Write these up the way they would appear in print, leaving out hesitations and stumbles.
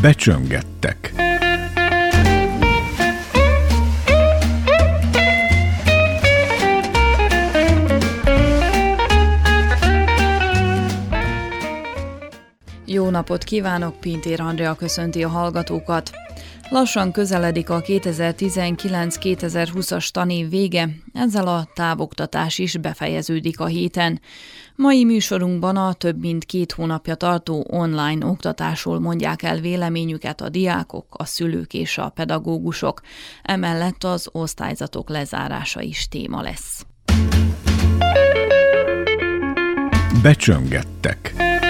Becsöngettek. Jó napot kívánok, Pintér Andrea köszönti a hallgatókat. Lassan közeledik a 2019-2020-as tanév vége, ezzel a távoktatás is befejeződik a héten. Mai műsorunkban a több mint 2 hónapja tartó online oktatásról mondják el véleményüket a diákok, a szülők és a pedagógusok. Emellett az osztályzatok lezárása is téma lesz. Becsöngettek.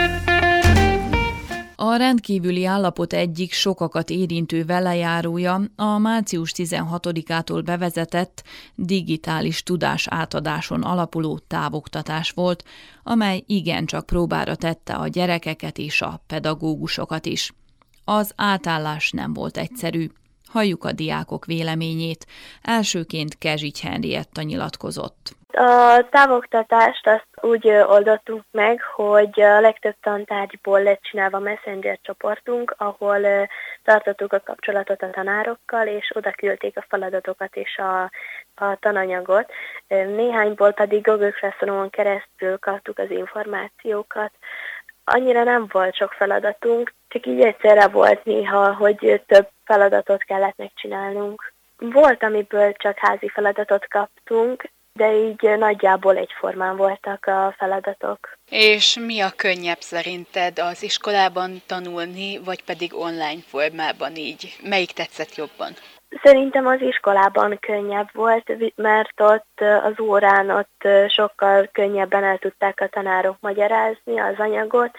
A rendkívüli állapot egyik sokakat érintő velejárója a március 16-ától bevezetett digitális tudás átadáson alapuló távoktatás volt, amely igencsak próbára tette a gyerekeket és a pedagógusokat is. Az átállás nem volt egyszerű. Halljuk a diákok véleményét. Elsőként Kezsics Henrietta nyilatkozott. A távoktatást azt úgy oldottunk meg, hogy a legtöbb tantárgyból lett csinálva Messenger csoportunk, ahol tartottuk a kapcsolatot a tanárokkal, és oda küldték a feladatokat és a tananyagot. Néhányból pedig Google Classroom-on keresztül kaptuk az információkat. Annyira nem volt sok feladatunk, csak így egyszerre volt néha, hogy több feladatot kellett megcsinálnunk. Volt, amiből csak házi feladatot kaptunk, de így nagyjából egyformán voltak a feladatok. És mi a könnyebb szerinted, az iskolában tanulni, vagy pedig online formában így? Melyik tetszett jobban? Szerintem az iskolában könnyebb volt, mert ott az órán sokkal könnyebben el tudták a tanárok magyarázni az anyagot,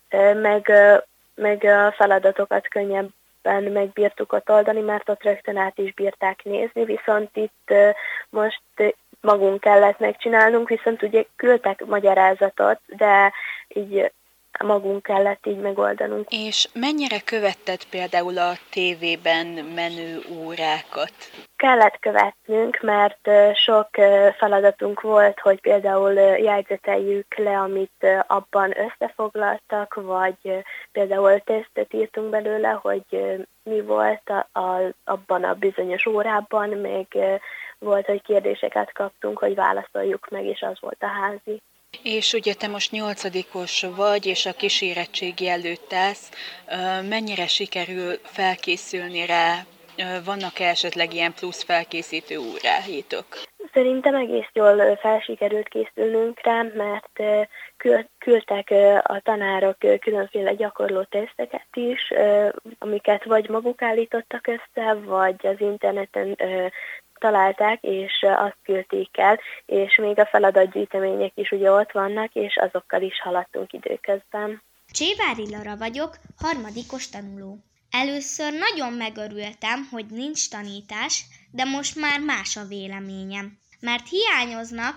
meg a feladatokat könnyebben megbírtuk ott oldani, mert ott rögtön át is bírták nézni, viszont itt most magunk kellett megcsinálnunk, viszont ugye küldtek magyarázatot, de így magunk kellett így megoldanunk. És mennyire követted például a tévében menő órákat? Kellett követnünk, mert sok feladatunk volt, hogy például jegyzeteljük le, amit abban összefoglaltak, vagy például tesztet írtunk belőle, hogy mi volt abban a bizonyos órában, még volt, hogy kérdéseket kaptunk, hogy válaszoljuk meg, és az volt a házi. És ugye te most 8-os vagy, és a kísérettségi előtt állsz. Mennyire sikerül felkészülni rá? Vannak-e esetleg ilyen plusz felkészítő óráitok? Szerintem egész jól felsikerült készülnünk rá, mert küldtek a tanárok különféle gyakorló teszteket is, amiket vagy maguk állítottak össze, vagy az interneten találták, és azt küldték el, és még a feladatgyűjtemények is ugye ott vannak, és azokkal is haladtunk időközben. Csévári Lara vagyok, 3-os tanuló. Először nagyon megörültem, hogy nincs tanítás, de most már más a véleményem, mert hiányoznak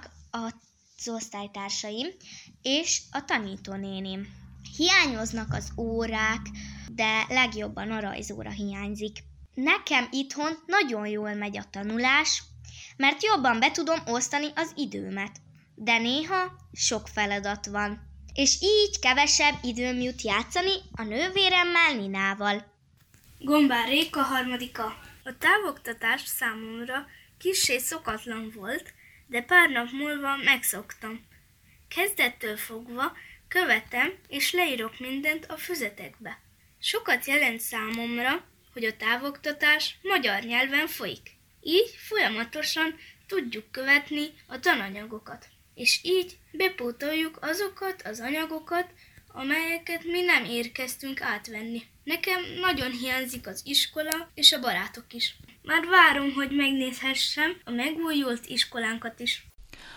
az osztálytársaim és a tanítónénim. Hiányoznak az órák, de legjobban a rajzóra hiányzik. Nekem itthon nagyon jól megy a tanulás, mert jobban be tudom osztani az időmet, de néha sok feladat van, és így kevesebb időm jut játszani a nővéremmel Ninával. Gombár Réka, 3-a. A távoktatás számomra kissé szokatlan volt, de pár nap múlva megszoktam. Kezdettől fogva követem és leírok mindent a füzetekbe. Sokat jelent számomra, hogy a távoktatás magyar nyelven folyik. Így folyamatosan tudjuk követni a tananyagokat, és így bepótoljuk azokat az anyagokat, amelyeket mi nem érkeztünk átvenni. Nekem nagyon hiányzik az iskola és a barátok is. Már várom, hogy megnézhessem a megújult iskolánkat is.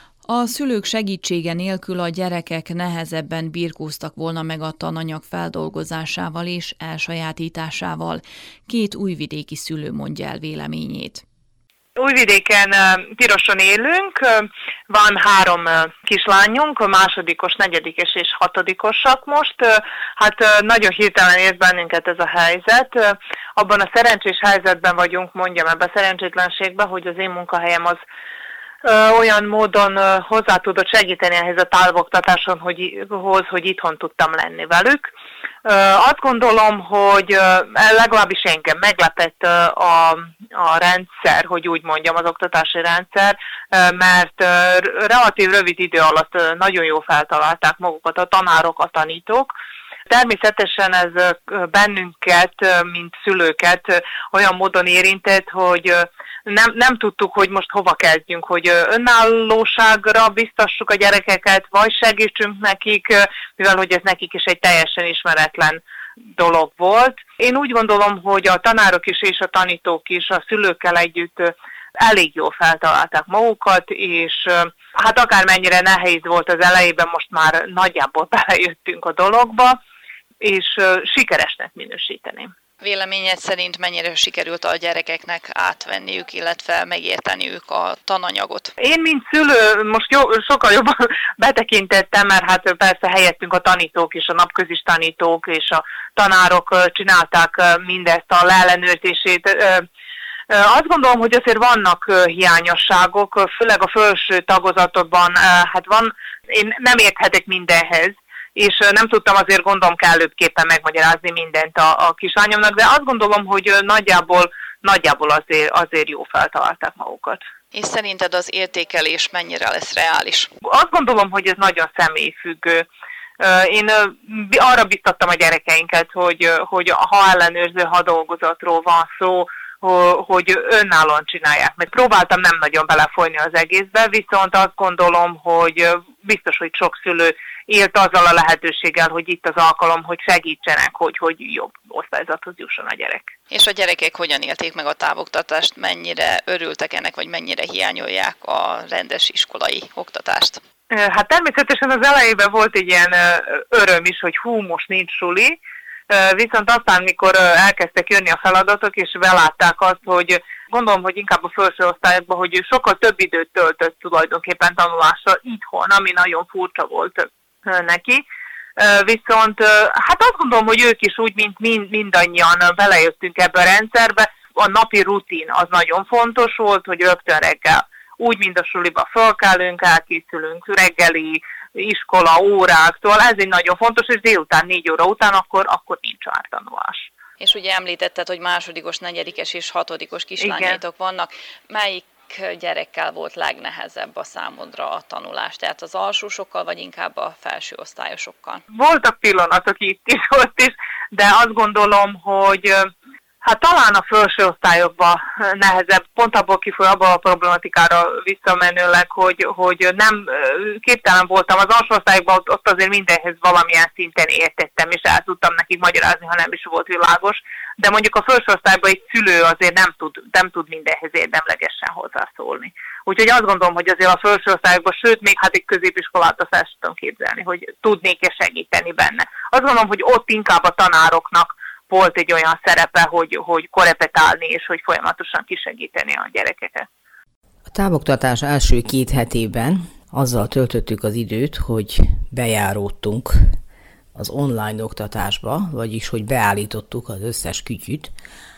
A szülők segítsége nélkül a gyerekek nehezebben birkóztak volna meg a tananyag feldolgozásával és elsajátításával. 2 újvidéki szülő mondja el véleményét. Újvidéken, Piroson élünk, van 3 kislányunk, 2-os, 4-es és 6-osak most. Hát nagyon hirtelen ért bennünket ez a helyzet. Abban a szerencsés helyzetben vagyunk, mondjam ebbe a szerencsétlenségben, hogy az én munkahelyem az olyan módon hozzá tudott segíteni ehhez a távoktatáson, hogy itthon tudtam lenni velük. Azt gondolom, hogy legalábbis engem meglepett a rendszer, hogy úgy mondjam, az oktatási rendszer, mert relatív rövid idő alatt nagyon jól feltalálták magukat a tanárok, a tanítók. Természetesen ez bennünket, mint szülőket olyan módon érintett, hogy nem tudtuk, hogy most hova kezdjünk, hogy önállóságra biztassuk a gyerekeket, vagy segítsünk nekik, mivel hogy ez nekik is egy teljesen ismeretlen dolog volt. Én úgy gondolom, hogy a tanárok is és a tanítók is a szülőkkel együtt elég jól feltalálták magukat, és hát akármennyire nehéz volt az elejében, most már nagyjából belejöttünk a dologba, és sikeresnek minősíteném. Véleményed szerint mennyire sikerült a gyerekeknek átvenniük, illetve megérteniük a tananyagot? Én, mint szülő, most sokkal jobban betekintettem, mert hát persze helyettünk a tanítók és a napközis tanítók és a tanárok csinálták mindezt a leellenőrzését. Azt gondolom, hogy azért vannak hiányosságok, főleg a felső tagozatokban, hát én nem érthetek mindenhez, és nem tudtam azért gondolom kellőképpen megmagyarázni mindent a kislányomnak, de azt gondolom, hogy nagyjából azért jó feltalálták magukat. És szerinted az értékelés mennyire lesz reális? Azt gondolom, hogy ez nagyon személyfüggő. Én arra biztattam a gyerekeinket, hogy ha ellenőrző, ha dolgozatról van szó, hogy önállóan csinálják. Mert próbáltam nem nagyon belefolyni az egészbe, viszont azt gondolom, hogy biztos, hogy sok szülő élt azzal a lehetőséggel, hogy itt az alkalom, hogy segítsenek, hogy jobb osztályzathoz jusson a gyerek. És a gyerekek hogyan élték meg a távoktatást, mennyire örültek ennek, vagy mennyire hiányolják a rendes iskolai oktatást? Hát természetesen az elejében volt egy ilyen öröm is, hogy most nincs suli, viszont aztán, mikor elkezdtek jönni a feladatok, és belátták azt, hogy gondolom, hogy inkább a felső osztályokban, hogy sokkal több időt töltött tulajdonképpen tanulással itthon, ami nagyon furcsa volt neki. Viszont hát azt gondolom, hogy ők is úgy, mint mindannyian belejöttünk ebbe a rendszerbe. A napi rutin az nagyon fontos volt, hogy rögtön reggel úgy, mint a suliba fölkelünk, elkészülünk, reggeli, iskola, órák, szóval ez egy nagyon fontos, és délután 4 óra után akkor nincs ártanulás. És ugye említetted, hogy másodikos, negyedikes és hatodikos kislányaitok vannak. Melyik gyerekkel volt legnehezebb a számodra a tanulás? Tehát az alsósokkal, vagy inkább a felső osztályosokkal? Voltak pillanatok itt is, ott is, de azt gondolom, hogy hát talán a felső osztályokban nehezebb, pont abból abban a problematikára visszamenőleg, hogy nem képtelen voltam. Az alsó osztályokban ott azért mindenhez valamilyen szinten értettem, és el tudtam nekik magyarázni, ha nem is volt világos. De mondjuk a felső osztályban egy szülő azért nem tud mindenhez érdemlegesen hozzászólni. Úgyhogy azt gondolom, hogy azért a felső osztályokban, sőt, még hát egy középiskolát azt el tudom képzelni, hogy tudnék-e segíteni benne. Azt gondolom, hogy ott inkább a tanároknak volt egy olyan szerepe, hogy korepetálni, és hogy folyamatosan kisegíteni a gyerekeket. A távoktatás első 2 hetében azzal töltöttük az időt, hogy bejáródtunk az online oktatásba, vagyis hogy beállítottuk az összes kütyüt,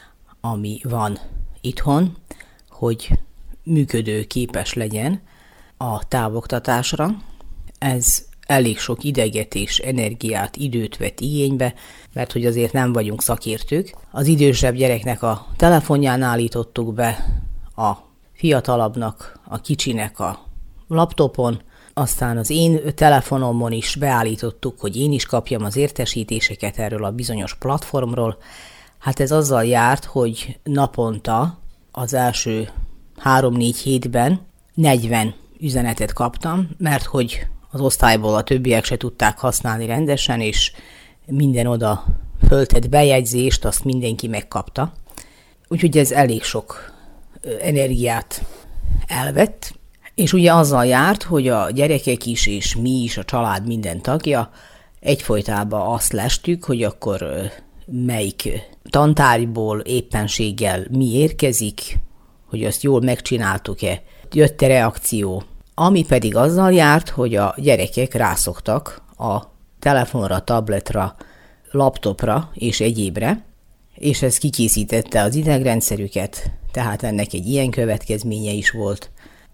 ami van itthon, hogy működőképes legyen a távoktatásra. Ez elég sok ideget és energiát, időt vett igénybe, mert hogy azért nem vagyunk szakértők. Az idősebb gyereknek a telefonján állítottuk be, a fiatalabbnak, a kicsinek a laptopon, aztán az én telefonomon is beállítottuk, hogy én is kapjam az értesítéseket erről a bizonyos platformról. Hát ez azzal járt, hogy naponta az első 3-4 hétben 40 üzenetet kaptam, mert hogy az osztályból a többiek se tudták használni rendesen, és minden oda föltett bejegyzést, azt mindenki megkapta. Úgyhogy ez elég sok energiát elvett, és ugye azzal járt, hogy a gyerekek is, és mi is, a család minden tagja egyfolytában azt lestük, hogy akkor melyik tantárgyból éppenséggel mi érkezik, hogy azt jól megcsináltuk-e, jött-e reakció, ami pedig azzal járt, hogy a gyerekek rászoktak a telefonra, tabletra, laptopra és egyébre, és ez kikészítette az idegrendszerüket, tehát ennek egy ilyen következménye is volt.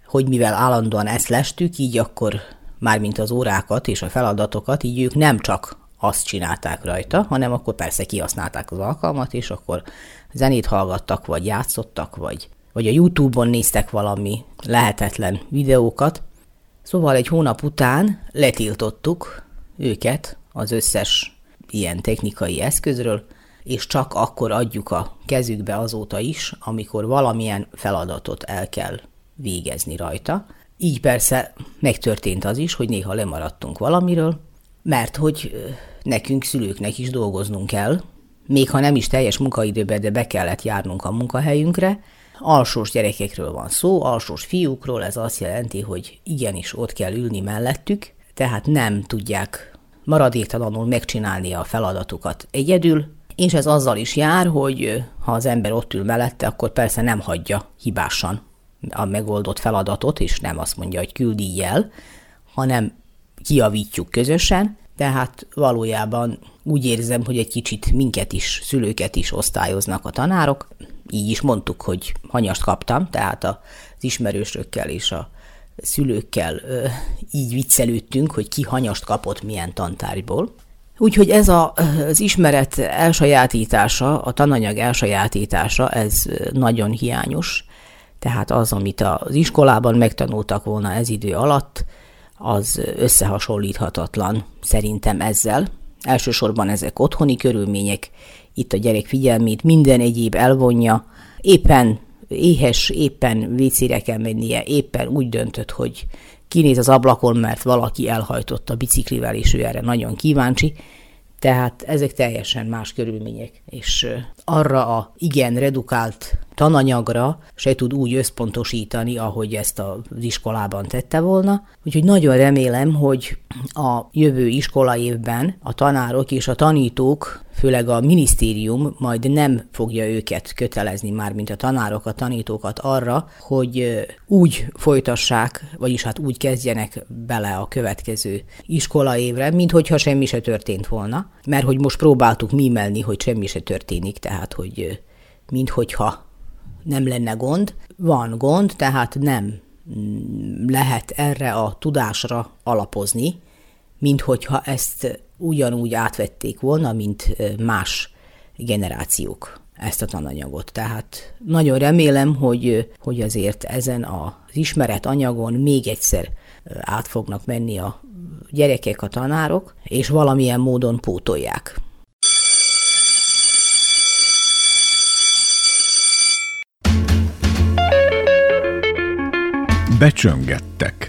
hogy mivel állandóan ezt lestük, így akkor mármint az órákat és a feladatokat, így ők nem csak azt csinálták rajta, hanem akkor persze kihasználták az alkalmat, és akkor zenét hallgattak, vagy játszottak, vagy a YouTube-on néztek valami lehetetlen videókat. Szóval egy hónap után letiltottuk őket az összes ilyen technikai eszközről, és csak akkor adjuk a kezükbe azóta is, amikor valamilyen feladatot el kell végezni rajta. Így persze megtörtént az is, hogy néha lemaradtunk valamiről, mert hogy nekünk szülőknek is dolgoznunk kell, még ha nem is teljes munkaidőben, de be kellett járnunk a munkahelyünkre. Alsós gyerekekről van szó, alsós fiúkról, ez azt jelenti, hogy igenis ott kell ülni mellettük, tehát nem tudják maradéktalanul megcsinálni a feladatukat egyedül, és ez azzal is jár, hogy ha az ember ott ül mellette, akkor persze nem hagyja hibásan a megoldott feladatot, és nem azt mondja, hogy küld így el, hanem kijavítjuk közösen, tehát valójában úgy érzem, hogy egy kicsit minket is, szülőket is osztályoznak a tanárok. Így is mondtuk, hogy hanyast kaptam, tehát az ismerősökkel és a szülőkkel így viccelődtünk, hogy ki hanyast kapott milyen tantárgyból. Úgyhogy ez az ismeret elsajátítása, a tananyag elsajátítása, ez nagyon hiányos. Tehát az, amit az iskolában megtanultak volna ez idő alatt, az összehasonlíthatatlan szerintem ezzel. Elsősorban ezek otthoni körülmények, itt a gyerek figyelmét minden egyéb elvonja, éppen éhes, éppen WC-re kell mennie, éppen úgy döntött, hogy kinéz az ablakon, mert valaki elhajtott a biciklivel, és ő erre nagyon kíváncsi. Tehát ezek teljesen más körülmények, és arra a igen redukált tananyagra se tud úgy összpontosítani, ahogy ezt az iskolában tette volna. Úgyhogy nagyon remélem, hogy a jövő iskolaévben a tanárok és a tanítók, főleg a minisztérium majd nem fogja őket kötelezni, már mint a tanárok, a tanítókat arra, hogy úgy folytassák, vagyis hát úgy kezdjenek bele a következő iskolaévre, minthogyha semmi se történt volna. Mert hogy most próbáltuk mímelni, hogy semmi se történik, tehát hogy minthogyha nem lenne gond. Van gond, tehát nem lehet erre a tudásra alapozni, minthogyha ezt ugyanúgy átvették volna, mint más generációk ezt a tananyagot. Tehát nagyon remélem, hogy azért ezen az ismeretanyagon még egyszer át fognak menni a gyerekek, a tanárok, és valamilyen módon pótolják. Becsöngettek.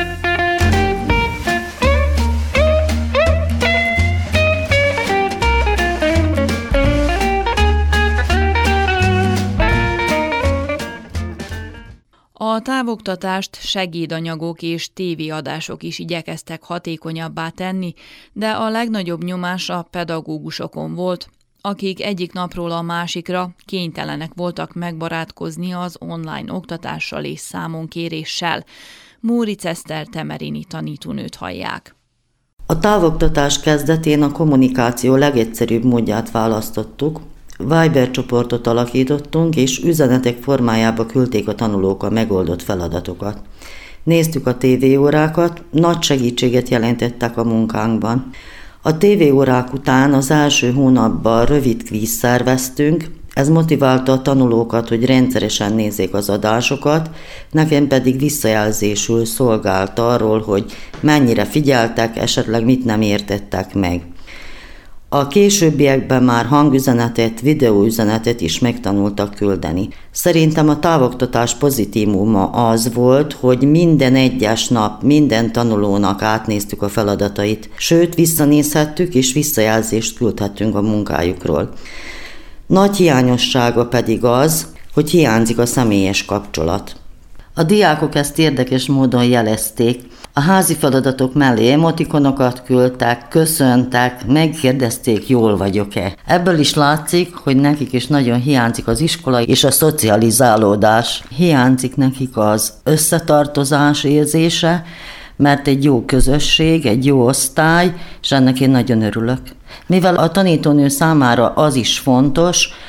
A távoktatást segédanyagok és tévéadások is igyekeztek hatékonyabbá tenni, de a legnagyobb nyomás a pedagógusokon volt, akik egyik napról a másikra kénytelenek voltak megbarátkozni az online oktatással és számonkéréssel. Móricz Eszter temerini tanítónőt hallják. A távoktatás kezdetén a kommunikáció legegyszerűbb módját választottuk. Viber csoportot alakítottunk, és üzenetek formájába küldték a tanulók a megoldott feladatokat. Néztük a tévéórákat, nagy segítséget jelentettek a munkánkban. A tévéórák után az első hónapban rövid kvíz szerveztünk, ez motiválta a tanulókat, hogy rendszeresen nézzék az adásokat, nekem pedig visszajelzésül szolgált arról, hogy mennyire figyeltek, esetleg mit nem értettek meg. A későbbiekben már hangüzenetet, videóüzenetet is megtanultak küldeni. Szerintem a távoktatás pozitívuma az volt, hogy minden egyes nap minden tanulónak átnéztük a feladatait, sőt visszanézhettük és visszajelzést küldhettünk a munkájukról. Nagy hiányossága pedig az, hogy hiányzik a személyes kapcsolat. A diákok ezt érdekes módon jelezték. A házi feladatok mellé emotikonokat küldtek, köszöntek, megkérdezték, jól vagyok-e. Ebből is látszik, hogy nekik is nagyon hiányzik az iskola és a szocializálódás. Hiányzik nekik az összetartozás érzése, mert egy jó közösség, egy jó osztály, és ennek én nagyon örülök. Mivel a tanítónő számára az is fontos,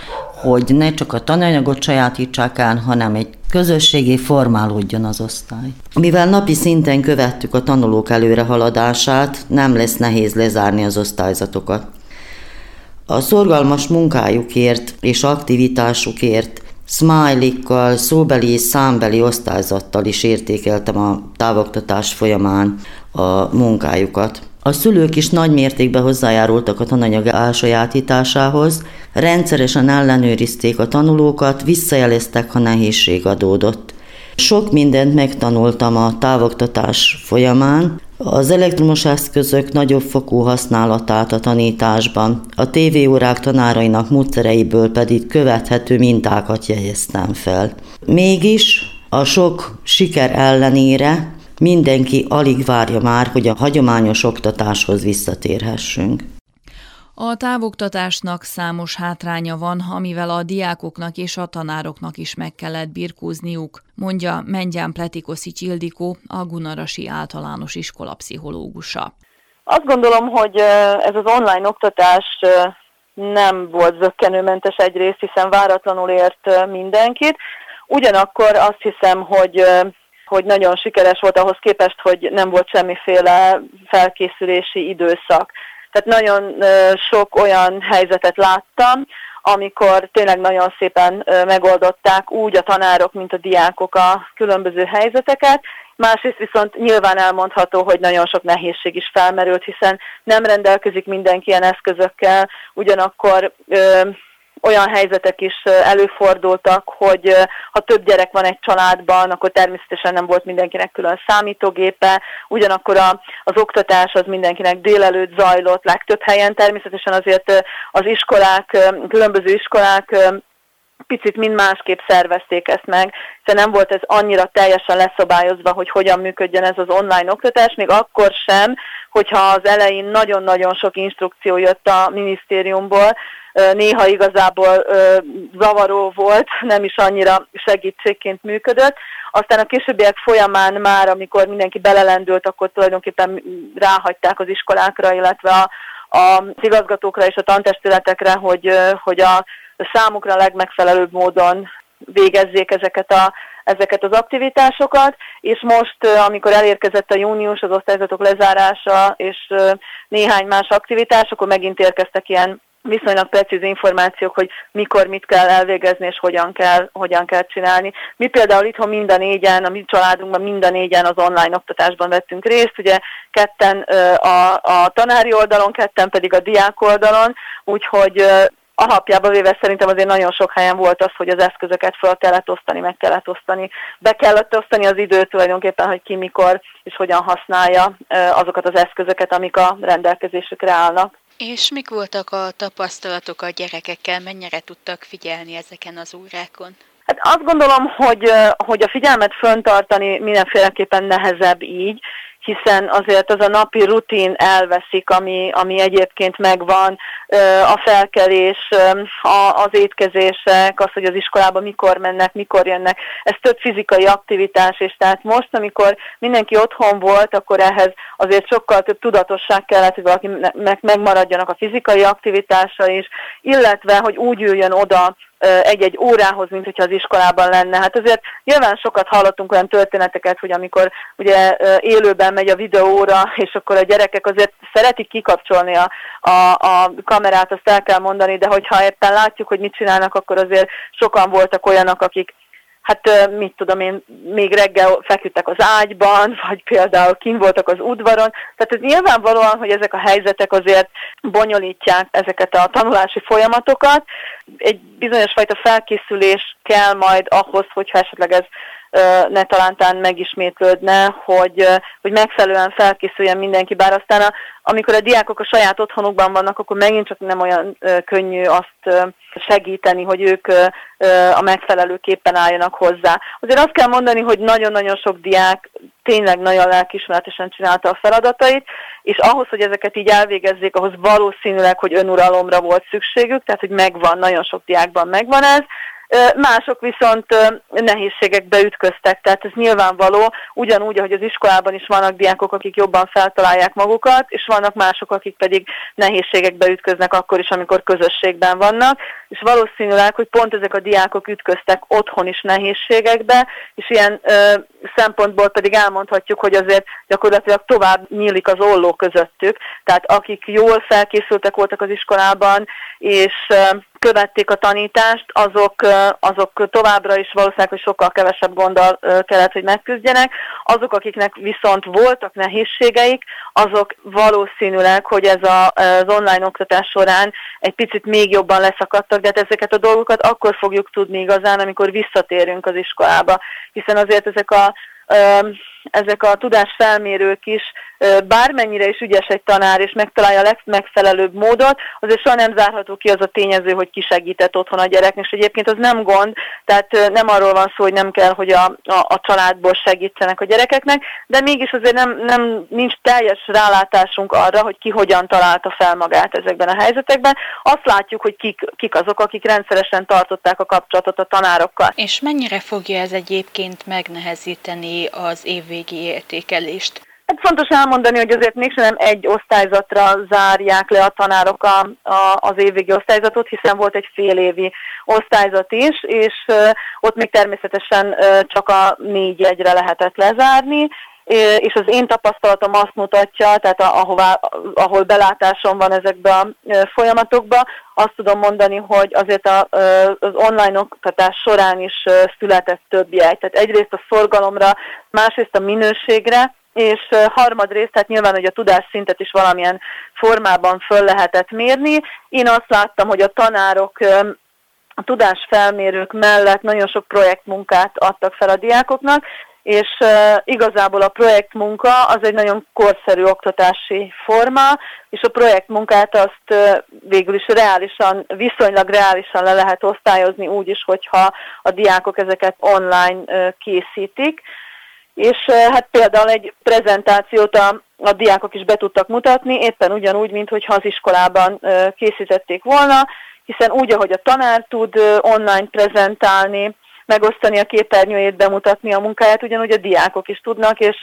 hogy ne csak a tananyagot sajátítsák el, hanem egy közösségé formálódjon az osztály. Mivel napi szinten követtük a tanulók előrehaladását, nem lesz nehéz lezárni az osztályzatokat. A szorgalmas munkájukért és aktivitásukért smiley-kkal, szóbeli és számbeli osztályzattal is értékeltem a távoktatás folyamán a munkájukat. A szülők is nagy mértékben hozzájárultak a tananyag elsajátításához, rendszeresen ellenőrizték a tanulókat, visszajeleztek, ha nehézség adódott. Sok mindent megtanultam a távoktatás folyamán, az elektromos eszközök nagyobb fokú használatát a tanításban, a tévéórák tanárainak módszereiből pedig követhető mintákat jegyeztem fel. Mégis a sok siker ellenére mindenki alig várja már, hogy a hagyományos oktatáshoz visszatérhessünk. A távoktatásnak számos hátránya van, amivel a diákoknak és a tanároknak is meg kellett birkózniuk, mondja Mengyán Pletikoszics Ildikó, a Gunarasi Általános Iskola pszichológusa. Azt gondolom, hogy ez az online oktatás nem volt zökkenőmentes egyrészt, hiszen váratlanul ért mindenkit. Ugyanakkor azt hiszem, hogy nagyon sikeres volt ahhoz képest, hogy nem volt semmiféle felkészülési időszak. Tehát nagyon sok olyan helyzetet láttam, amikor tényleg nagyon szépen megoldották úgy a tanárok, mint a diákok a különböző helyzeteket. Másrészt viszont nyilván elmondható, hogy nagyon sok nehézség is felmerült, hiszen nem rendelkezik mindenki ilyen eszközökkel, ugyanakkor olyan helyzetek is előfordultak, hogy ha több gyerek van egy családban, akkor természetesen nem volt mindenkinek külön számítógépe, ugyanakkor az oktatás az mindenkinek délelőtt zajlott, legtöbb helyen természetesen azért az iskolák, különböző iskolák picit mind másképp szervezték ezt meg, hiszen nem volt ez annyira teljesen leszabályozva, hogy hogyan működjön ez az online oktatás, még akkor sem, hogyha az elején nagyon-nagyon sok instrukció jött a minisztériumból, néha igazából zavaró volt, nem is annyira segítségként működött. Aztán a későbbiek folyamán már, amikor mindenki belelendült, akkor tulajdonképpen ráhagyták az iskolákra, illetve az igazgatókra és a tantestületekre, hogy a számukra legmegfelelőbb módon végezzék ezeket az aktivitásokat, és most, amikor elérkezett a június, az osztályzatok lezárása és néhány más aktivitás, akkor megint érkeztek ilyen viszonylag precíz információk, hogy mikor mit kell elvégezni, és hogyan kell csinálni. Mi például itthon mind a négyen, a mi családunkban mind a négyen az online oktatásban vettünk részt, ugye ketten a tanári oldalon, ketten pedig a diák oldalon, úgyhogy alapjába véve szerintem azért nagyon sok helyen volt az, hogy az eszközöket fel kellett osztani, meg kellett osztani. Be kellett osztani az időt tulajdonképpen, hogy ki mikor és hogyan használja azokat az eszközöket, amik a rendelkezésükre állnak. És mik voltak a tapasztalatok a gyerekekkel, mennyire tudtak figyelni ezeken az órákon? Hát azt gondolom, hogy a figyelmet fenntartani mindenféleképpen nehezebb így, hiszen azért az a napi rutin elveszik, ami egyébként megvan, a felkelés, az étkezések, az, hogy az iskolába mikor mennek, mikor jönnek, ez több fizikai aktivitás, és tehát most, amikor mindenki otthon volt, akkor ehhez azért sokkal több tudatosság kellett, hogy valakinek megmaradjanak a fizikai aktivitása is, illetve, hogy úgy üljön oda egy-egy órához, mint hogyha az iskolában lenne. Hát azért nyilván sokat hallottunk olyan történeteket, hogy amikor ugye élőben megy a videóra, és akkor a gyerekek azért szeretik kikapcsolni a kamerát, azt el kell mondani, de hogyha éppen látjuk, hogy mit csinálnak, akkor azért sokan voltak olyanok, akik hát mit tudom én, még reggel feküdtek az ágyban, vagy például kint voltak az udvaron. Tehát ez nyilvánvalóan, hogy ezek a helyzetek azért bonyolítják ezeket a tanulási folyamatokat. Egy bizonyos fajta felkészülés kell majd ahhoz, hogyha esetleg ez ne talántán megismétlődne, hogy megfelelően felkészüljen mindenki, bár aztán amikor a diákok a saját otthonukban vannak, akkor megint csak nem olyan könnyű azt segíteni, hogy ők a megfelelőképpen álljanak hozzá. Azért azt kell mondani, hogy nagyon-nagyon sok diák tényleg nagyon lelkiismeretesen csinálta a feladatait, és ahhoz, hogy ezeket így elvégezzék, ahhoz valószínűleg, hogy önuralomra volt szükségük, tehát hogy megvan, nagyon sok diákban megvan ez, Mások viszont nehézségekbe ütköztek, tehát ez nyilvánvaló, ugyanúgy, ahogy az iskolában is vannak diákok, akik jobban feltalálják magukat, és vannak mások, akik pedig nehézségekbe ütköznek akkor is, amikor közösségben vannak, és valószínűleg, hogy pont ezek a diákok ütköztek otthon is nehézségekbe, és ilyen szempontból pedig elmondhatjuk, hogy azért gyakorlatilag tovább nyílik az olló közöttük, tehát akik jól felkészültek voltak az iskolában, és követték a tanítást, azok továbbra is valószínűleg, hogy sokkal kevesebb gonddal kellett, hogy megküzdjenek. Azok, akiknek viszont voltak nehézségeik, azok valószínűleg, hogy ez az online oktatás során egy picit még jobban leszakadtak, de ezeket a dolgokat akkor fogjuk tudni igazán, amikor visszatérünk az iskolába, hiszen azért ezek a tudásfelmérők is, bármennyire is ügyes egy tanár, és megtalálja a legmegfelelőbb módot, azért soha nem zárható ki az a tényező, hogy kisegített otthon a gyereknek, és egyébként az nem gond, tehát nem arról van szó, hogy nem kell, hogy a családból segítsenek a gyerekeknek, de mégis azért nincs teljes rálátásunk arra, hogy ki hogyan találta fel magát ezekben a helyzetekben. Azt látjuk, hogy kik azok, akik rendszeresen tartották a kapcsolatot a tanárokkal. És mennyire fogja ez egyébként megnehezíteni az évvégi értékelést? Hát fontos elmondani, hogy azért mégsem nem egy osztályzatra zárják le a tanárok az évvégi osztályzatot, hiszen volt egy félévi osztályzat is, és ott még természetesen csak a 4 jegyre lehetett lezárni, és az én tapasztalatom azt mutatja, tehát ahol belátásom van ezekbe a folyamatokba, azt tudom mondani, hogy azért az online oktatás során is született több jegy. Tehát egyrészt a szorgalomra, másrészt a minőségre, és harmadrészt, hát nyilván, hogy a tudásszintet is valamilyen formában föl lehetett mérni. Én azt láttam, hogy a tanárok a tudásfelmérők mellett nagyon sok projektmunkát adtak fel a diákoknak, és igazából a projektmunka az egy nagyon korszerű oktatási forma, és a projektmunkát azt végül is viszonylag reálisan le lehet osztályozni úgy is, hogyha a diákok ezeket online készítik. És hát például egy prezentációt a diákok is be tudtak mutatni, éppen ugyanúgy, mintha az iskolában készítették volna, hiszen úgy, ahogy a tanár tud online prezentálni, megosztani a képernyőjét, bemutatni a munkáját, ugyanúgy a diákok is tudnak, és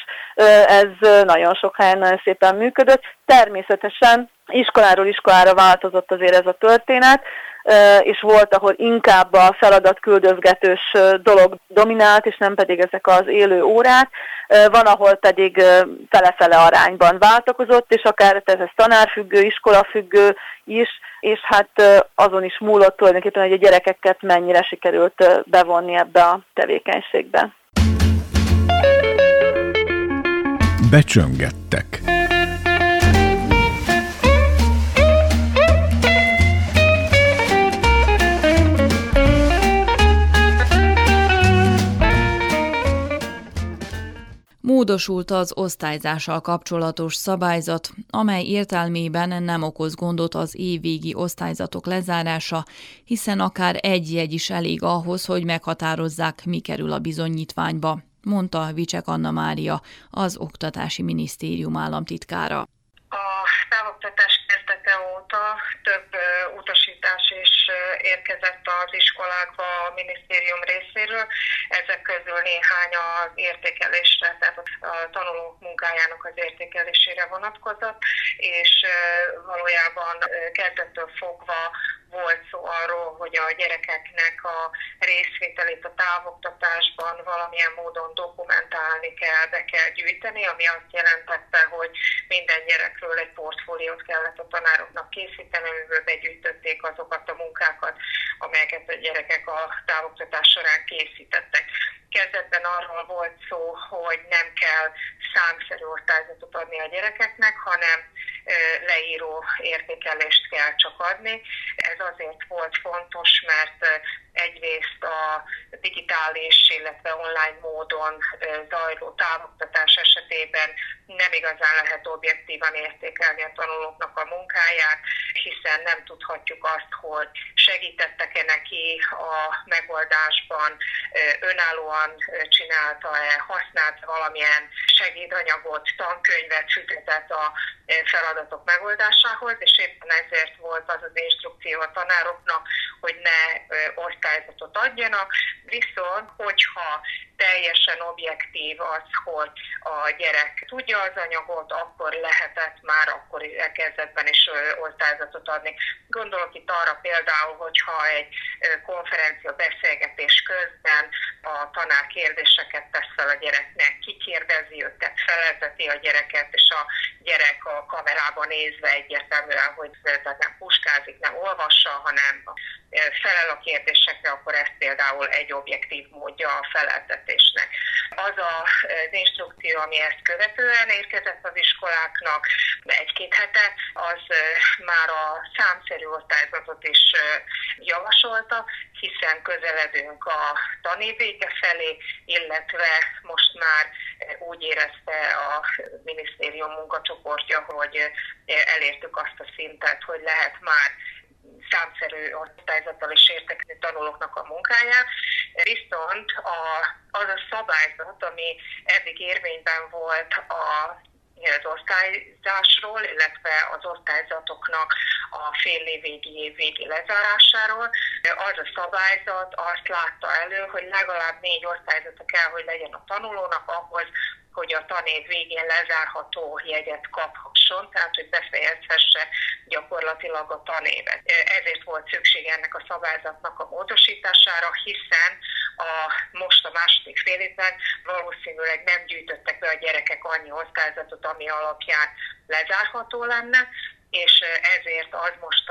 ez nagyon sok helyen nagyon szépen működött. Természetesen iskoláról iskolára változott azért ez a történet, és volt, ahol inkább a feladatküldözgetős dolog dominált, és nem pedig ezek az élő órák. Van, ahol pedig fele-fele arányban váltakozott, és akár ez tanárfüggő, iskolafüggő is, és hát azon is múlott tulajdonképpen, hogy a gyerekeket mennyire sikerült bevonni ebbe a tevékenységbe. Becsöngettek. Módosult az osztályzással kapcsolatos szabályzat, amely értelmében nem okoz gondot az évvégi osztályzatok lezárása, hiszen akár egy jegy is elég ahhoz, hogy meghatározzák, mi kerül a bizonyítványba, mondta Vicsek Anna Mária, az Oktatási Minisztérium államtitkára. A távoktatás kezdete óta több utasítás is érkezett az iskolákba a minisztérium részéről. Ezek közül néhány az értékelésre, tehát a tanulók munkájának az értékelésére vonatkozott, és valójában kezdettől fogva volt szó arról, hogy a gyerekeknek a részvételét a távoktatásban valamilyen módon dokumentálni kell, be kell gyűjteni, ami azt jelentette, hogy minden gyerekről egy portfóliót kellett a tanároknak készíteni, amiből begyűjtötték azokat a munkákat, amelyeket a gyerekek a távoktatás során készítettek. Kezdetben arról volt szó, hogy nem kell számszerű osztályzatot adni a gyerekeknek, hanem leíró értékelést kell csak adni. Ez azért volt fontos, mert egyrészt a digitális, illetve online módon zajló távoktatás esetében nem igazán lehet objektívan értékelni a tanulóknak a munkáját, hiszen nem tudhatjuk azt, hogy segítettek-e neki a megoldásban, önállóan csinálta-e, használta valamilyen segédanyagot, tankönyvet, füzetet a feladatok megoldásához, és éppen ezért volt az az instrukció a tanároknak, hogy ne osztályzatot adjanak, viszont hogyha teljesen objektív az, hogy a gyerek tudja az anyagot, akkor lehetett már akkor kezdetben is osztályzatot adni. Gondolok itt arra például, hogyha egy konferencia beszélgetés közben a tanár kérdéseket tesz fel a gyereknek, kikérdezi őket, felelteti a gyereket, és a gyerek a kamerában nézve egyértelműen, hogy nem puskázik, nem olvassa, hanem felel a kérdésekre, akkor ez például egy objektív módja a feleltetésnek. Az az instrukció, ami ezt követően érkezett az iskoláknak 1-2 hete, az már a számszerű osztályzatot is javasolta, hiszen közeledünk a tanév vége felé, illetve most már úgy érezte a minisztérium munkacsoportja, hogy elértük azt a szintet, hogy lehet már számszerű osztályzattal is értekni tanulóknak a munkáját, viszont az a szabályzat, ami eddig érvényben volt az osztályzásról, illetve az osztályzatoknak a fél év végi lezárásáról. Az a szabályzat azt látta elő, hogy legalább 4 osztályzata kell, hogy legyen a tanulónak ahhoz, hogy a tanév végén lezárható jegyet kaphasson, tehát hogy befejezhesse gyakorlatilag a tanévet. Ezért volt szükség ennek a szabályzatnak a módosítására, hiszen most a második fél évben valószínűleg nem gyűjtöttek be a gyerekek annyi osztályzatot, ami alapján lezárható lenne, és ezért az most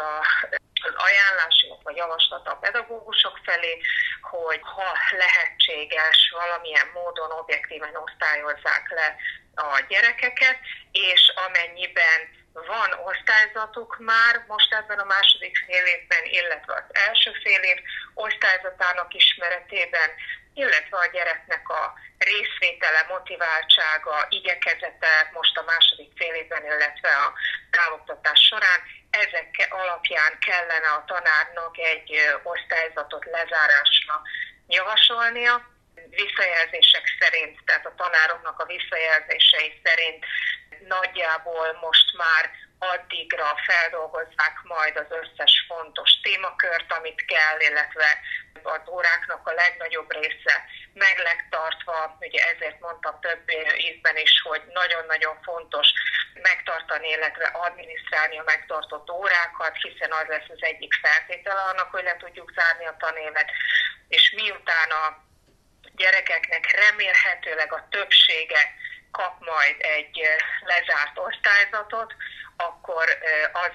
az ajánlás, vagy javaslat a pedagógusok felé, hogy ha lehetséges, valamilyen módon objektíven osztályozzák le a gyerekeket, és amennyiben van osztályzatuk már most ebben a második fél évben, illetve az első fél év osztályzatának ismeretében, illetve a gyereknek a részvétele, motiváltsága, igyekezete most a második fél évben, illetve a távoktatás során, ezek alapján kellene a tanárnak egy osztályzatot lezárásra javasolnia. Visszajelzések szerint, tehát a tanároknak a visszajelzései szerint nagyjából most már addigra feldolgozzák majd az összes fontos témakört, amit kell, illetve az óráknak a legnagyobb része meg lett tartva. Ugye ezért mondtam több ízben is, hogy nagyon-nagyon fontos megtartani, illetve adminisztrálni a megtartott órákat, hiszen az lesz az egyik feltétele annak, hogy le tudjuk zárni a tanévet. És miután a gyerekeknek remélhetőleg a többsége kap majd egy lezárt osztályzatot, akkor az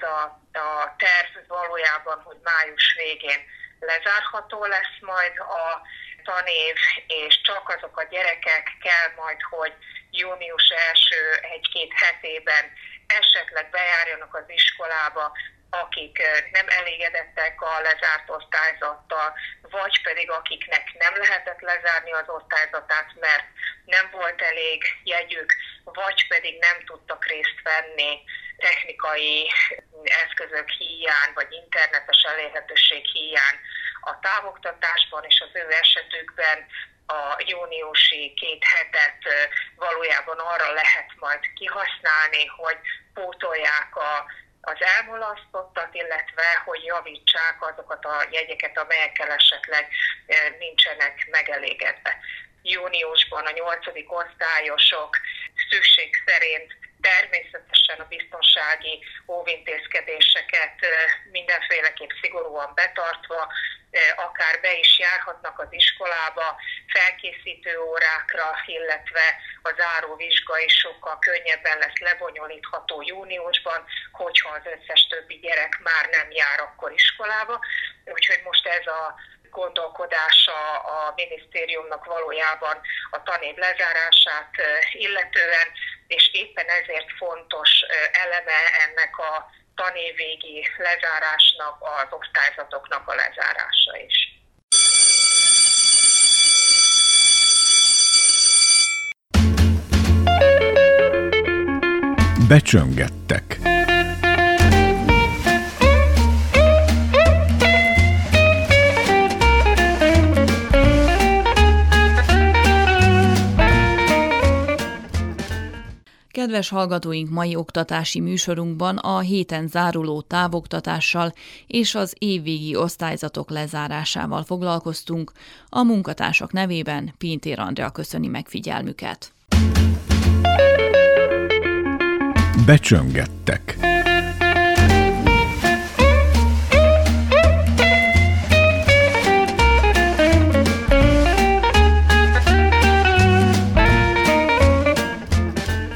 a terv valójában, hogy május végén lezárható lesz majd a tanév, és csak azok a gyerekek kell majd, hogy június első 1-2 hetében esetleg bejárjanak az iskolába, akik nem elégedettek a lezárt osztályzattal, vagy pedig akiknek nem lehetett lezárni az osztályzatát, mert nem volt elég jegyük, vagy pedig nem tudtak részt venni technikai eszközök hiány, vagy internetes elérhetőség hiány a távoktatásban, és az ő esetükben a júniusi 2 hetet valójában arra lehet majd kihasználni, hogy pótolják az elmulasztottat, illetve hogy javítsák azokat a jegyeket, amelyekkel esetleg nincsenek megelégedve. Júniusban a 8. osztályosok szükség szerint természetesen a biztonsági óvintézkedéseket mindenféleképp szigorúan betartva, akár be is járhatnak az iskolába, felkészítő órákra, illetve a záró vizsga is sokkal könnyebben lesz lebonyolítható júniusban, hogyha az összes többi gyerek már nem jár akkor iskolába. Úgyhogy most ez a gondolkodása a minisztériumnak valójában a tanév lezárását illetően, és éppen ezért fontos eleme ennek a tanévvégi lezárásnak, az osztályzatoknak a lezárása is. Becsöngettek. Kedves hallgatóink, mai oktatási műsorunkban a héten záruló távoktatással és az évvégi osztályzatok lezárásával foglalkoztunk. A munkatársak nevében Pintér Andrea köszöni meg figyelmüket. Becsöngettek.